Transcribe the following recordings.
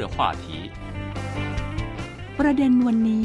话题ประเด็นวันนี้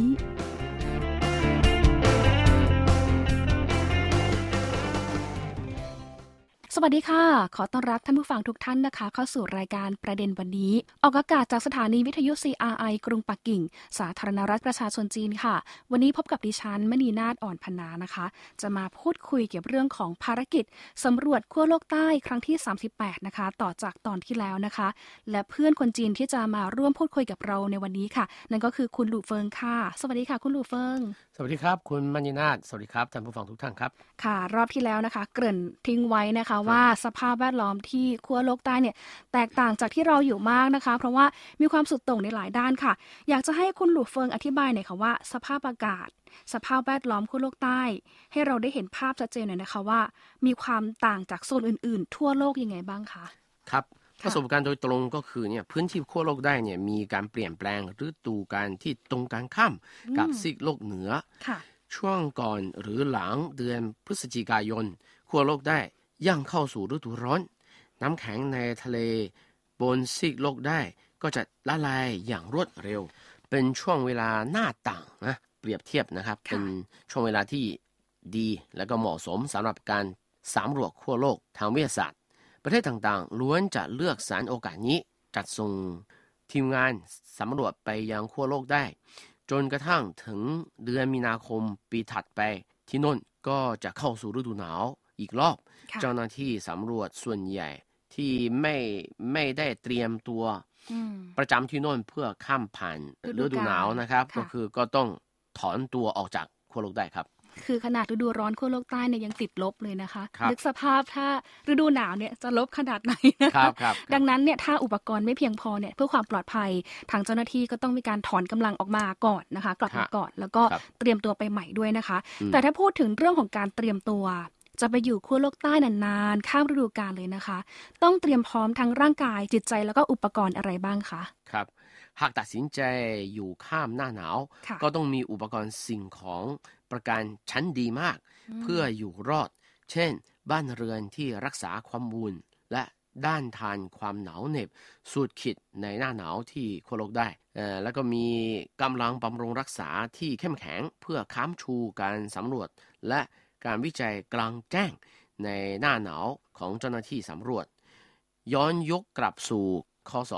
สวัสดีค่ะขอต้อนรับท่านผู้ฟังทุกท่านนะคะเข้าสู่รายการประเด็นวันนี้ออกอากาศจากสถานีวิทยุ CRI กรุงปักกิ่งสาธารณรัฐประชาชนจีนค่ะวันนี้พบกับดิฉันมณีนาฏอ่อนพนานะคะจะมาพูดคุยเกี่ยวกับเรื่องของภารกิจสำรวจขั้วโลกใต้ครั้งที่38นะคะต่อจากตอนที่แล้วนะคะและเพื่อนคนจีนที่จะมาร่วมพูดคุยกับเราในวันนี้ค่ะนั่นก็คือคุณหลู่เฟิงค่ะสวัสดีค่ะคุณหลู่เฟิงสวัสดีครับคุณมณีนาฏสวัสดีครับท่านผู้ฟังทุกท่านครับค่ะรอบที่แล้วนะคะเกริ่นทิ้งไว้นะคะว่าสภาพแวดล้อมที่ขั้วโลกใต้เนี่ยแตกต่างจากที่เราอยู่มากนะคะเพราะว่ามีความสุดโต่งในหลายด้านค่ะอยากจะให้คุณหลู่เฟิงอธิบายหน่อยค่ะว่าสภาพอากาศสภาพแวดล้อมขั้วโลกใต้ให้เราได้เห็นภาพชัดเจนหน่อยนะคะว่ามีความต่างจากโซนอื่นๆทั่วโลกยังไงบ้างคะครับประสบการณ์โดยตรงก็คือเนี่ยพื้นที่ขั้วโลกใต้เนี่ยมีการเปลี่ยนแปลงฤดูกาลที่ตรงกันข้ามกับซีกโลกเหนือช่วงก่อนหรือหลังเดือนพฤศจิกายนขั้วโลกใต้ย่างเข้าสู่ฤดูร้อนน้ำแข็งในทะเลบนซีกโลกใต้ก็จะละลายอย่างรวดเร็วเป็นช่วงเวลาหน้าต่างนะเปรียบเทียบนะครับเป็นช่วงเวลาที่ดีและก็เหมาะสมสำหรับการสำรวจขั้วโลกทางวิทยาศาสตร์ประเทศต่างๆล้วนจะเลือกสรรโอกาสนี้จัดส่งทีมงานสำรวจไปยังขั้วโลกได้จนกระทั่งถึงเดือนมีนาคมปีถัดไปที่โน่นก็จะเข้าสู่ฤดูหนาวอีกรอบเจ้าหน้าที่สำรวจส่วนใหญ่ที่ไม่ได้เตรียมตัวประจำที่โน่นเพื่อข้ามผ่านฤดูหนาวนะครับก็ต้องถอนตัวออกจากขั้วโลกได้ครับคือขนาดฤดูร้อนขั้วโลกใต้เนี่ยยังติดลบเลยนะคะนึกสภาพถ้าฤดูหนาวเนี่ยจะลบขนาดไหนนะคะดังนั้นเนี่ยถ้าอุปกรณ์ไม่เพียงพอเนี่ยเพื่อความปลอดภัยทางเจ้าหน้าที่ก็ต้องมีการถอนกำลังออกมาก่อนนะคะกลับมาก่อนแล้วก็เตรียมตัวไปใหม่ด้วยนะคะแต่ถ้าพูดถึงเรื่องของการเตรียมตัวจะไปอยู่ขั้วโลกใต้นานๆข้ามฤดูกาลเลยนะคะต้องเตรียมพร้อมทั้งร่างกายจิตใจแล้วก็อุปกรณ์อะไรบ้างคะครับหากตัดสินใจอยู่ข้ามหน้าหนาวก็ต้องมีอุปกรณ์สิ่งของประการชั้นดีมากเพื่ออยู่รอดเช่นบ้านเรือนที่รักษาความอุ่นและด้านทานความหนาวเหน็บสูดขิดในหน้าหนาวที่ขั้วโลกได้แล้วก็มีกำลังบำรุงรักษาที่เข้มแข็งเพื่อค้ำชูการสำรวจและการวิจัยกลางแจ้งในหน้าหนาวของเจ้าหน้าที่สำรวจย้อนยุคกลับสู่คศ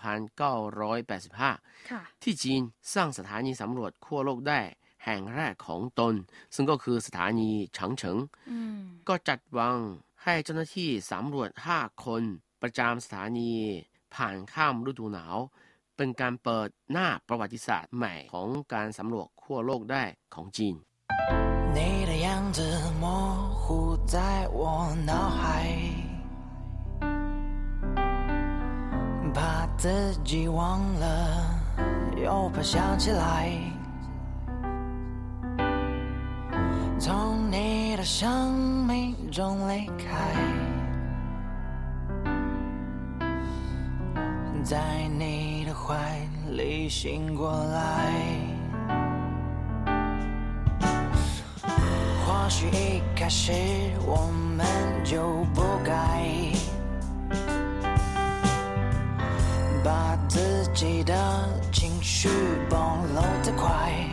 1985ที่จีนสร้างสถานีสำรวจขั้วโลกได้แห่งแรกของตนซึ่งก็คือสถานีฉางเฉิงก็จัดวางให้เจ้าหน้าที่สำรวจ5คนประจำสถานีผ่านข้ามฤดูหนาวเป็นการเปิดหน้าประวัติศาสตร์ใหม่ของการสำรวจขั้วโลกได้ของจีน你的样子模糊在我脑海怕自己忘了又怕想起来从你的生命中离开在你的怀里醒过来或许一开始我们就不该把自己的情绪暴露太快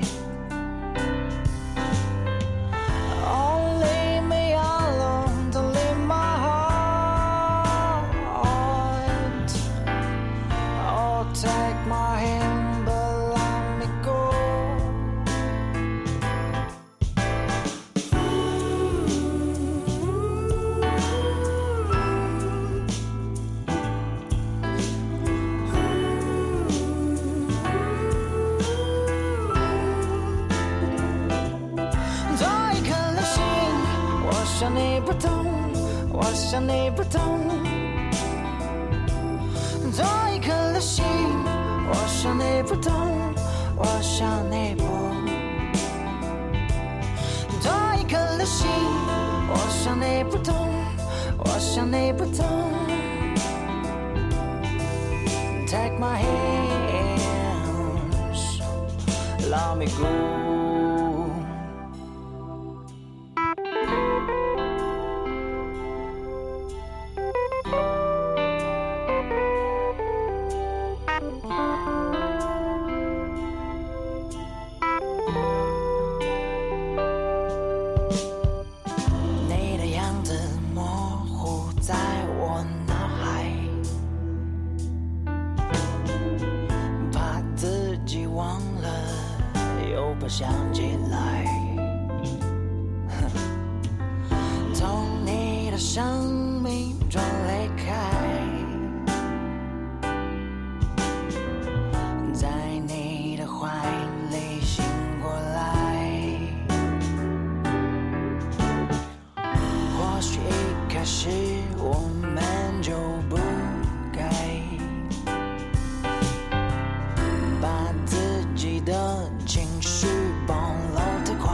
想你不懂我想你不懂做一颗流星我想你不懂我想你不做一颗流星我想你不懂我想你不懂 Take my hands Let me go 的生命中离开，在你的怀里醒过来。或许一开始我们就不该把自己的情绪暴露太快。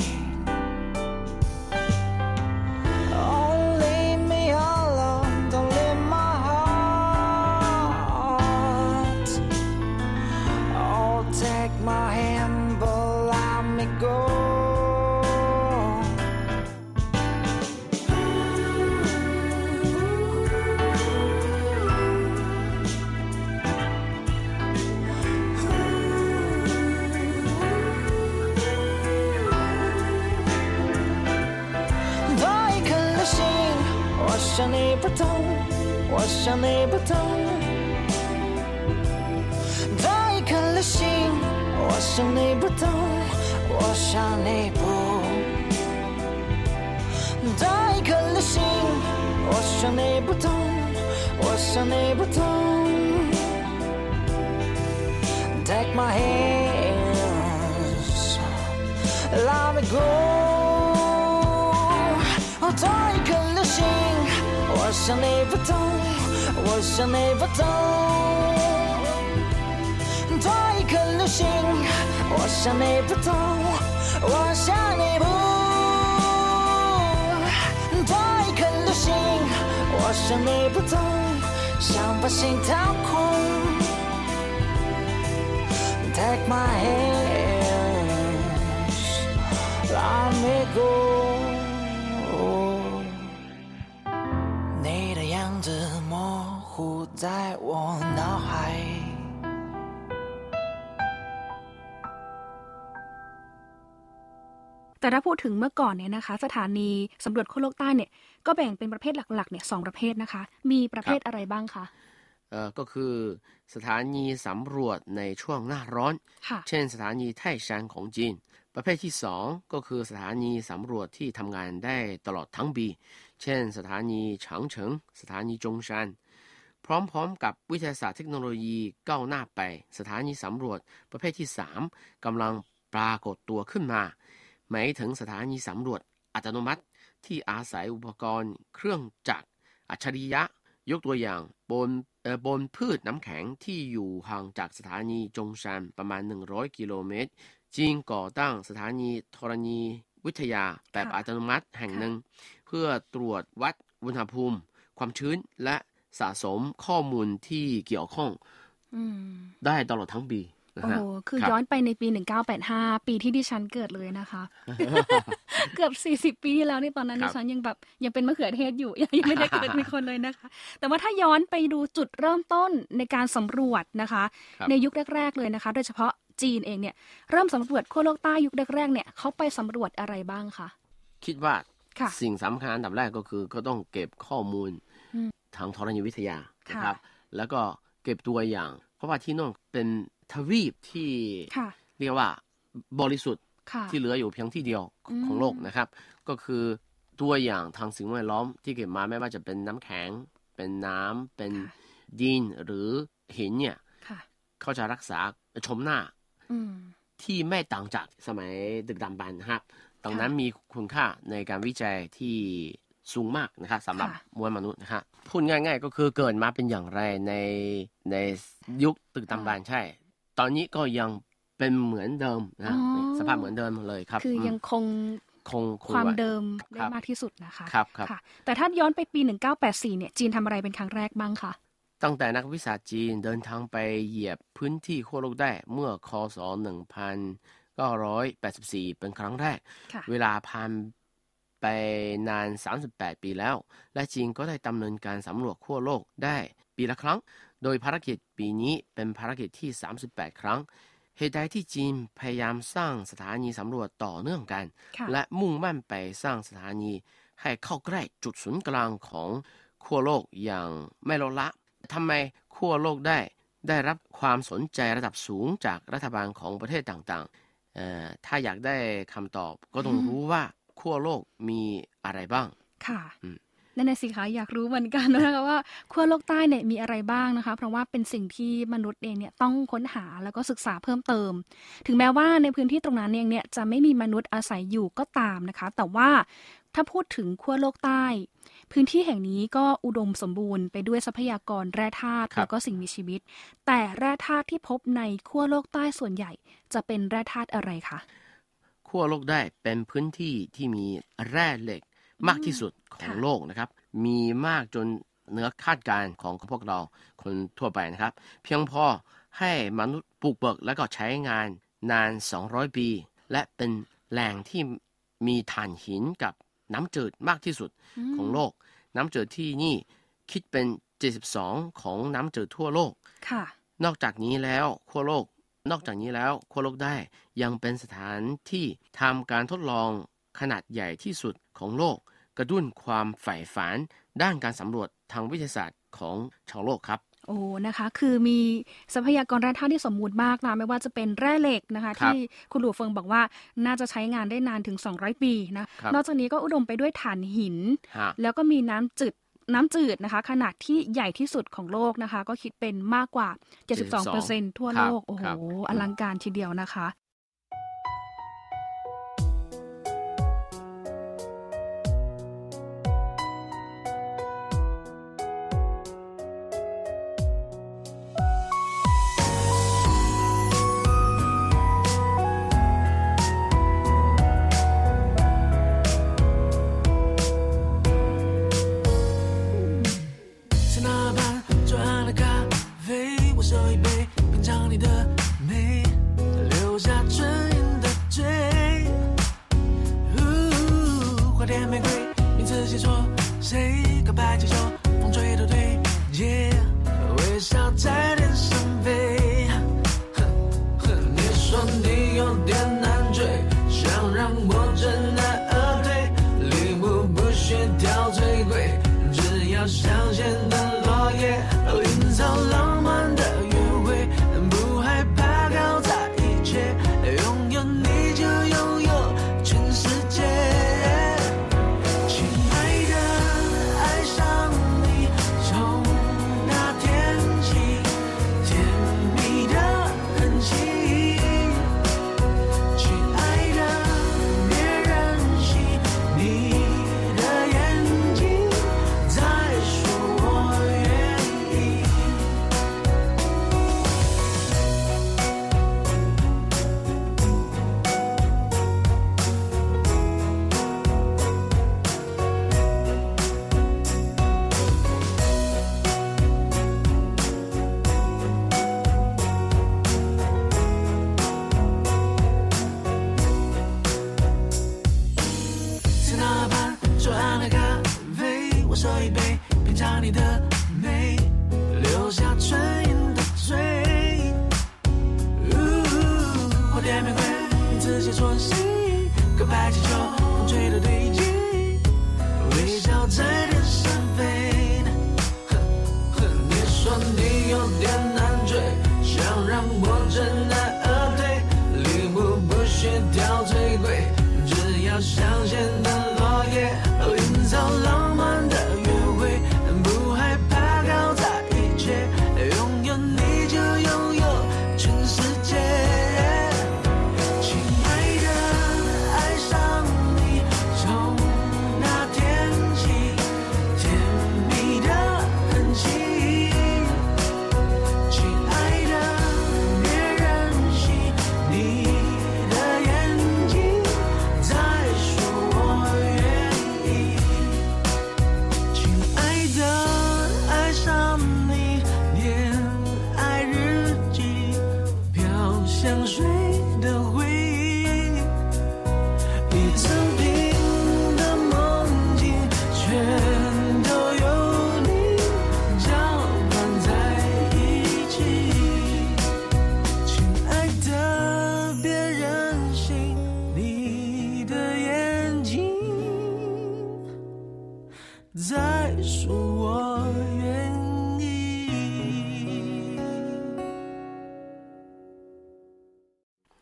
我想你不懂，我想你不懂，这一颗流星，我想你不懂，我想你不，这一颗流星，我想你不懂，我想你不懂。Take my hands, let me go。这一颗流星。我想你不懂，我想你不懂，这一颗流星，我想你不懂，我想你不，这一颗流星，我想你不懂，想把心掏空。Take my hands, let me go。模糊在我脑海。 แต่ถ้าพูดถึงเมื่อก่อนเนี่ยนะคะสถานีสำรวจขั้วโลกใต้เนี่ยก็แบ่งเป็นประเภทหลักๆเนี่ย2ประเภทนะคะมีประเภทอะไรบ้างคะก็คือสถานีสำรวจในช่วงหน้าร้อนเช่นสถานีไทชานของจีนประเภทที่2ก็คือสถานีสำรวจที่ทำงานได้ตลอดทั้งปีเช่นสถานีฉางเฉิงสถานีจงซานพร้อมๆกับวิทยาศาสตร์เทคโนโลยีก้าวหน้าไปสถานีสำรวจประเภทที่3กำลังปรากฏตัวขึ้นมาหมายถึงสถานีสำรวจอัตโนมัติที่อาศัยอุปกรณ์เครื่องจักรอัจฉริยะยกตัวอย่างบนพืชน้ำแข็งที่อยู่ห่างจากสถานีจงซานประมาณ100กิโลเมตรจีนก่อตั้งสถานีธรณีวิทยาแบบอัตโนมัติแห่งหนึ่งเพื่อตรวจวัดอุณหภูมิความชื้นและสะสมข้อมูลที่เกี่ยวข้องได้ตลอดทั้งปีโอ้โหคือย้อนไปในปี1985ปีที่ดิฉันเกิดเลยนะคะ เกือบ40ปีที่แล้วนี่ตอนนั้นดิฉันยังเป็นมะเขือเทศอยู่ยังไม่ได้เกิดเป็นคนเลยนะคะแต่ว่าถ้าย้อนไปดูจุดเริ่มต้นในการสำรวจนะคะในยุคแรกๆเลยนะคะโดยเฉพาะจีนเองเนี่ยเริ่มสำรวจขั้วโลกใต้ยุคแรกๆเนี่ยเขาไปสำรวจอะไรบ้างคะคิดว่าสิ่งสำคัญอันดับแรกก็คือก็ต้องเก็บข้อมูลทางธรณีวิทยานะครับแล้วก็เก็บตัวอย่างเพราะว่าที่โน่นเป็นทวีปที่เรียกว่าบริสุทธิ์ที่เหลืออยู่เพียงที่เดียวของโลกนะครับก็คือตัวอย่างทางสิ่งแวดล้อมที่เก็บมาไม่ว่าจะเป็นน้ำแข็งเป็นน้ำเป็นดินหรือหินเนี่ยเขาจะรักษาชมหน้าที่ไม่ต่างจากสมัยดึกดำบรรพ์ครับดังนั้นมีคุณค่าในการวิจัยที่สูงมากนะครับสำหรับมวลมนุษย์นะครับพูดง่ายๆก็คือเกิดมาเป็นอย่างไรในยุคดึกดำบรรพ์ใช่ตอนนี้ก็ยังเป็นเหมือนเดิมนะสภาพเหมือนเดิมเลยครับคือยังคงความเดิมได้มากที่สุดนะคะครับแต่ถ้าย้อนไปปี1984เนี่ยจีนทำอะไรเป็นครั้งแรกบ้างคะตั้งแต่นักวิทยาศาสตร์จีนเดินทางไปเหยียบพื้นที่ขั้วโลกใต้เมื่อคศ1984เป็นครั้งแรกเวลาผ่านไปนาน38ปีแล้วและจีนก็ได้ดำเนินการสำรวจขั้วโลกได้ปีละครั้งโดยภารกิจปีนี้เป็นภารกิจที่38ครั้งเหตุใดที่จีนพยายามสร้างสถานีสำรวจต่อเนื่องกันและมุ่งมั่นไปสร้างสถานีให้เข้าใกล้จุดศูนย์กลางของขั้วโลกอย่างไม่ลดละทำไมขั้วโลกได้รับความสนใจระดับสูงจากรัฐบาลของประเทศต่างๆถ้าอยากได้คำตอบก็ต้องรู้ว่าขั้วโลกมีอะไรบ้างค่ะนั่นน่ะสิคะอยากรู้เหมือนกันนะคะว่าขั้วโลกใต้เนี่ยมีอะไรบ้างนะคะเพราะว่าเป็นสิ่งที่มนุษย์เองเนี่ยต้องค้นหาแล้วก็ศึกษาเพิ่มเติมถึงแม้ว่าในพื้นที่ตรงนั้นเองเนี่ยจะไม่มีมนุษย์อาศัยอยู่ก็ตามนะคะแต่ว่าถ้าพูดถึงขั้วโลกใต้พื้นที่แห่งนี้ก็อุดมสมบูรณ์ไปด้วยทรัพยากรแร่ธาตุแล้วก็สิ่งมีชีวิตแต่แร่ธาตุที่พบในขั้วโลกใต้ส่วนใหญ่จะเป็นแร่ธาตุอะไรคะขั้วโลกใต้เป็นพื้นที่ที่มีแร่เหล็กมากที่สุดของโลกนะครับมีมากจนเหนือคาดการณ์ของพวกเราคนทั่วไปนะครับเพียงพอให้มนุษย์ปลูกเบิกและก็ใช้งานนาน200ปีและเป็นแหล่งที่มีถ่านหินกับน้ำจืดมากที่สุดของโลกน้ำจืดที่นี่คิดเป็น72ของน้ำจืดทั่วโลกนอกจากนี้แล้วขั้วโลกได้ยังเป็นสถานที่ทำการทดลองขนาดใหญ่ที่สุดของโลกกระตุ้นความใฝ่ฝันด้านการสำรวจทางวิทยาศาสตร์ของชาวโลกครับโอ้นะคะคือมีทรัพยากรแร่ธาตุที่สมบูรณ์มากนะไม่ว่าจะเป็นแร่เหล็กนะคะที่คุณหลู่เฟิงบอกว่าน่าจะใช้งานได้นานถึง200ปีนะนอกจากนี้ก็อุดมไปด้วยถ่านหินแล้วก็มีน้ำจืดนะคะขนาดที่ใหญ่ที่สุดของโลกนะคะก็คิดเป็นมากกว่า 72% ทั่วโลกโอ้โหอลังการทีเดียวนะคะ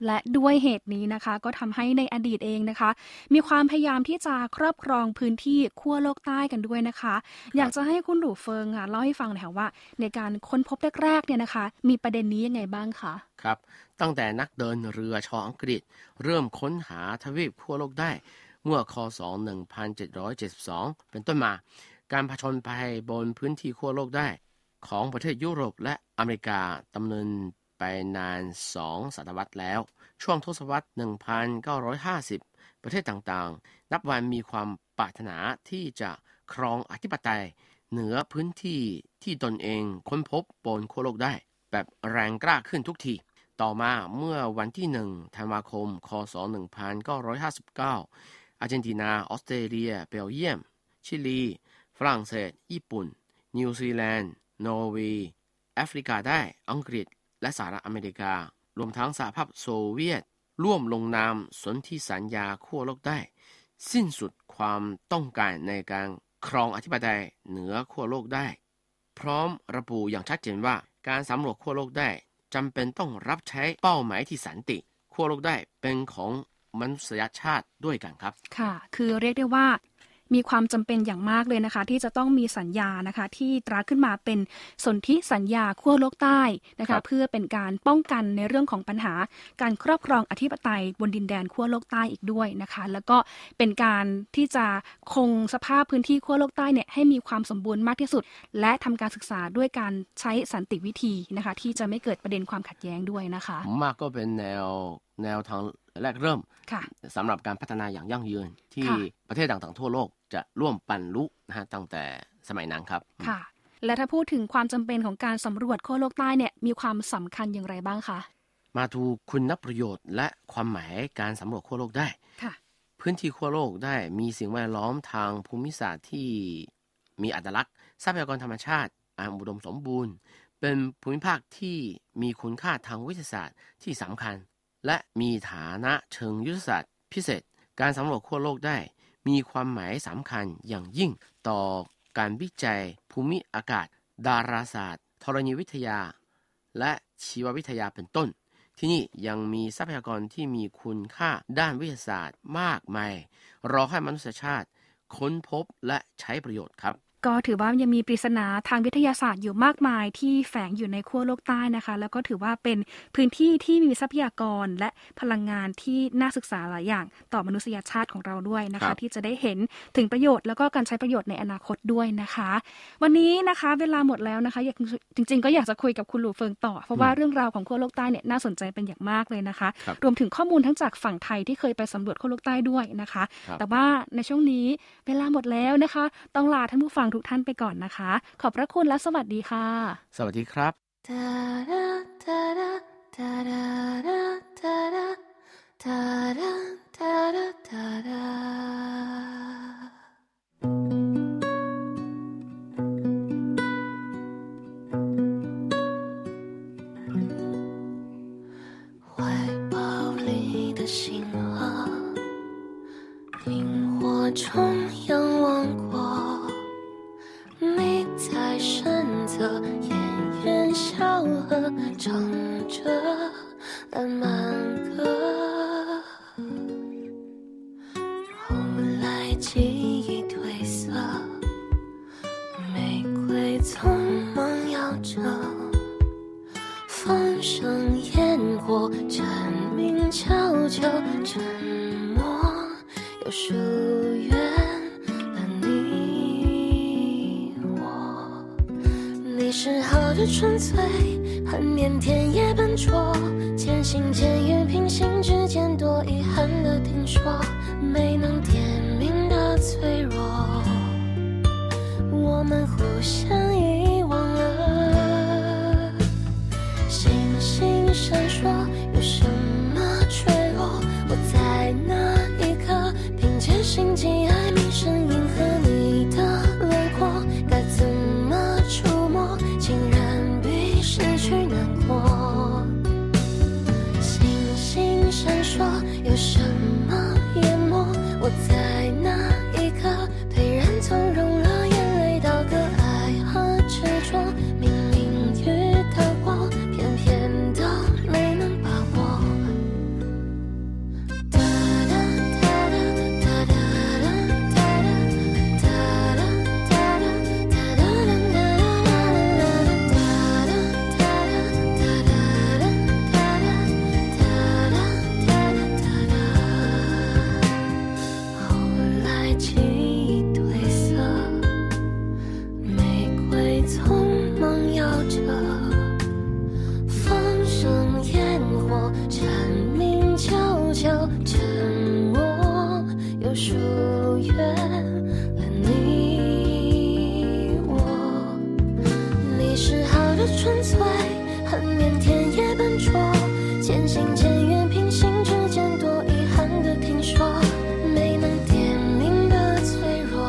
และด้วยเหตุนี้นะคะก็ทำให้ในอดีตเองนะคะมีความพยายามที่จะครอบครองพื้นที่ขั้วโลกใต้กันด้วยนะคะอยากจะให้คุณหลู่เฟิงเล่าให้ฟังหน่อยค่ะว่าในการค้นพบแรกๆเนี่ยนะคะมีประเด็นนี้ยังไงบ้างคะครับตั้งแต่นักเดินเรือชาวอังกฤษเริ่มค้นหาทวีปขั้วโลกใต้เมื่อคศ1772เป็นต้นมาการผจญภัยบนพื้นที่ขั้วโลกใต้ของประเทศยุโรปและอเมริกาดำเนินไปนาน2 ศตวรรษแล้วช่วงทศวรรษ 1950 ประเทศต่างๆนับวันมีความปรารถนาที่จะครองอธิปไตยเหนือพื้นที่ที่ตนเองค้นพบบนขั้วโลกได้แบบแรงกล้าขึ้นทุกทีต่อมาเมื่อวันที่1 ธันวาคม คศ 1959 อาร์เจนตินา ออสเตรเลีย เบลเยียม ชิลี ฝรั่งเศส ญี่ปุ่น นิวซีแลนด์ นอร์เวย์แอฟริกาใต้ อังกฤษ และสหรัฐอเมริการวมทั้งสหภาพโซเวียตร่วมลงนามสนธิสัญญาขั้วโลกใต้สิ้นสุดความต้องการในการครองอธิปไตยเหนือขั้วโลกได้พร้อมระบุอย่างชัดเจนว่าการสำรวจขั้วโลกได้จำเป็นต้องรับใช้เป้าหมายที่สันติขั้วโลกได้เป็นของมนุษยชาติด้วยกันครับค่ะคือเรียกได้ว่ามีความจำเป็นอย่างมากเลยนะคะที่จะต้องมีสัญญานะคะที่ตราขึ้นมาเป็นสนธิสัญญาขั้วโลกใต้นะคะเพื่อเป็นการป้องกันในเรื่องของปัญหาการครอบครองอธิปไตยบนดินแดนขั้วโลกใต้อีกด้วยนะคะแล้วก็เป็นการที่จะคงสภาพพื้นที่ขั้วโลกใต้เนี่ยให้มีความสมบูรณ์มากที่สุดและทำการศึกษาด้วยการใช้สันติวิธีนะคะที่จะไม่เกิดประเด็นความขัดแย้งด้วยนะคะมากก็เป็นแนวทางแรกเริ่มสำหรับการพัฒนาอย่างยั่งยืนที่ประเทศต่างๆทั่วโลกจะร่วมบรรลุนะฮะตั้งแต่สมัยนั้นครับค่ะและถ้าพูดถึงความจำเป็นของการสำรวจขั้วโลกใต้เนี่ยมีความสำคัญอย่างไรบ้างคะมาดูคุณประโยชน์และความหมายการสำรวจขั้วโลกได้พื้นที่ขั้วโลกได้มีสิ่งแวดล้อมทางภูมิศาสตร์ที่มีอัตลักษณ์ทรัพยากรธรรมชาติอุดมสมบูรณ์เป็นภูมิภาคที่มีคุณค่าทางวิทยาศาสตร์ที่สำคัญและมีฐานะเชิงยุทธศาสตร์พิเศษการสำรวจขั้วโลกได้มีความหมายสำคัญอย่างยิ่งต่อการวิจัยภูมิอากาศดาราศาสตร์ธรณีวิทยาและชีววิทยาเป็นต้นที่นี่ยังมีทรัพยากรที่มีคุณค่าด้านวิทยาศาสตร์มากมายรอให้มนุษยชาติค้นพบและใช้ประโยชน์ครับก็ถือว่ายังมีปริศนาทางวิทยาศาสตร์อยู่มากมายที่แฝงอยู่ในขั้วโลกใต้นะคะแล้วก็ถือว่าเป็นพื้นที่ที่มีทรัพยากรและพลังงานที่น่าศึกษาหลายอย่างต่อมนุษยชาติของเราด้วยนะคะที่จะได้เห็นถึงประโยชน์แล้วก็การใช้ประโยชน์ในอนาคตด้วยนะคะวันนี้นะคะเวลาหมดแล้วนะคะจริงๆก็อยากจะคุยกับคุณหลู่เฟิงต่อเพราะว่าเรื่องราวของขั้วโลกใต้เนี่ยน่าสนใจเป็นอย่างมากเลยนะคะรวมถึงข้อมูลทั้งจากฝั่งไทยที่เคยไปสำรวจขั้วโลกใต้ด้วยนะคะแต่ว่าในช่วงนี้เวลาหมดแล้วนะคะต้องลาท่านผู้ฟังทุกท่านไปก่อนนะคะขอบพระคุณและสวัสดีค่ะสวัสดีครับ怀抱里的星河萤火虫仰望过你在身侧烟云小河唱着浪漫歌后来记忆褪色玫瑰匆忙摇着风声烟火蝉鸣悄悄沉默又疏远了你我你时候的纯粹很腼腆也笨拙渐行渐远平行之间多遗憾的听说没能点明的脆弱我们互相遗忘了星星闪烁有什么脆弱我在那一刻凭借心机爱迷声音和你的轮廓该怎么触摸竟然比失去难过星星闪烁有什么淹没我在那一刻颓然从容了眼泪到个爱恨纯粹，很腼腆也笨拙，渐行渐远，平行之间多遗憾的听说，没能点明的脆弱，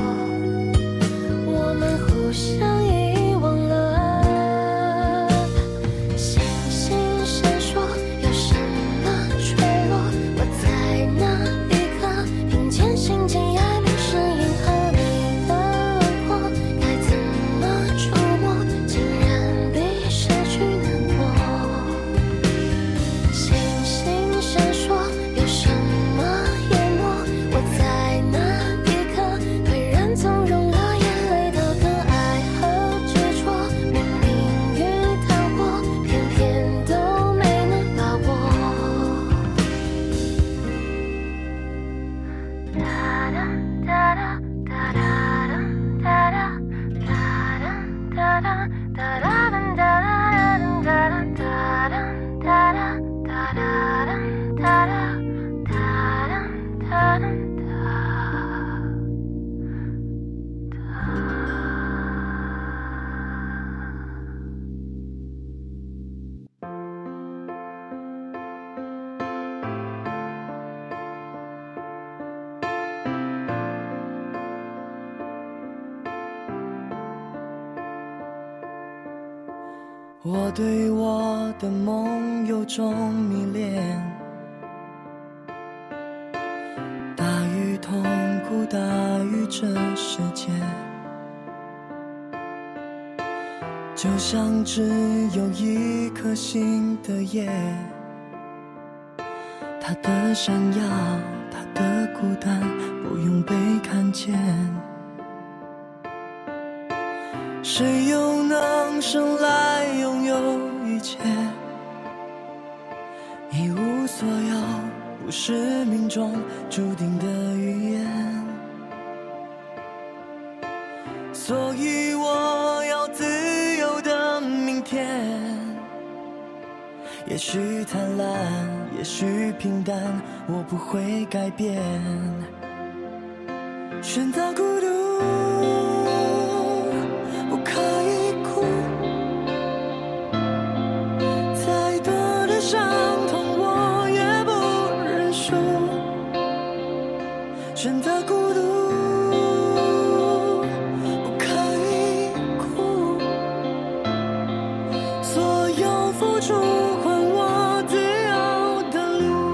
我们互相遗忘了。星星闪烁，有什么脆弱？我在那一刻并肩行进爱迷失银河里的轮廓，该怎么触摸，竟然比失去难过。星星闪烁，有什么淹没？我在那一刻颓然纵容了眼泪的更爱和执着，明明与他过，偏偏都没能把握。哒哒哒哒哒哒哒哒哒哒哒哒哒我对我的梦有种迷恋，大于痛苦，大于这世界，就像只有一颗星的夜，它的闪耀，它的孤单，不用被看见。谁又能生来拥有一切，一无所有，不是命中注定的语言。所以我要自由的明天，也许灿烂，也许平淡，我不会改变。选择孤独，不可以哭，再多的伤痛我也不认输。选择孤独，不可以哭，所有付出换我自由的路。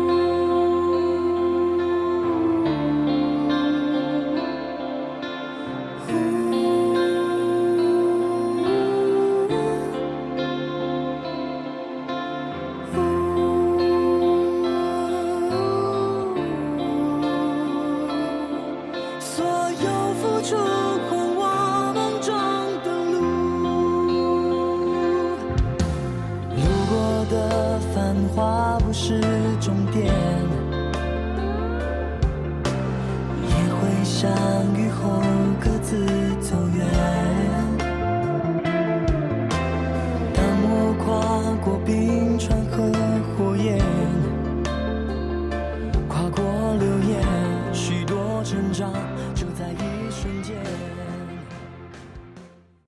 所有付出换我梦中的路，路过的繁华不是终点，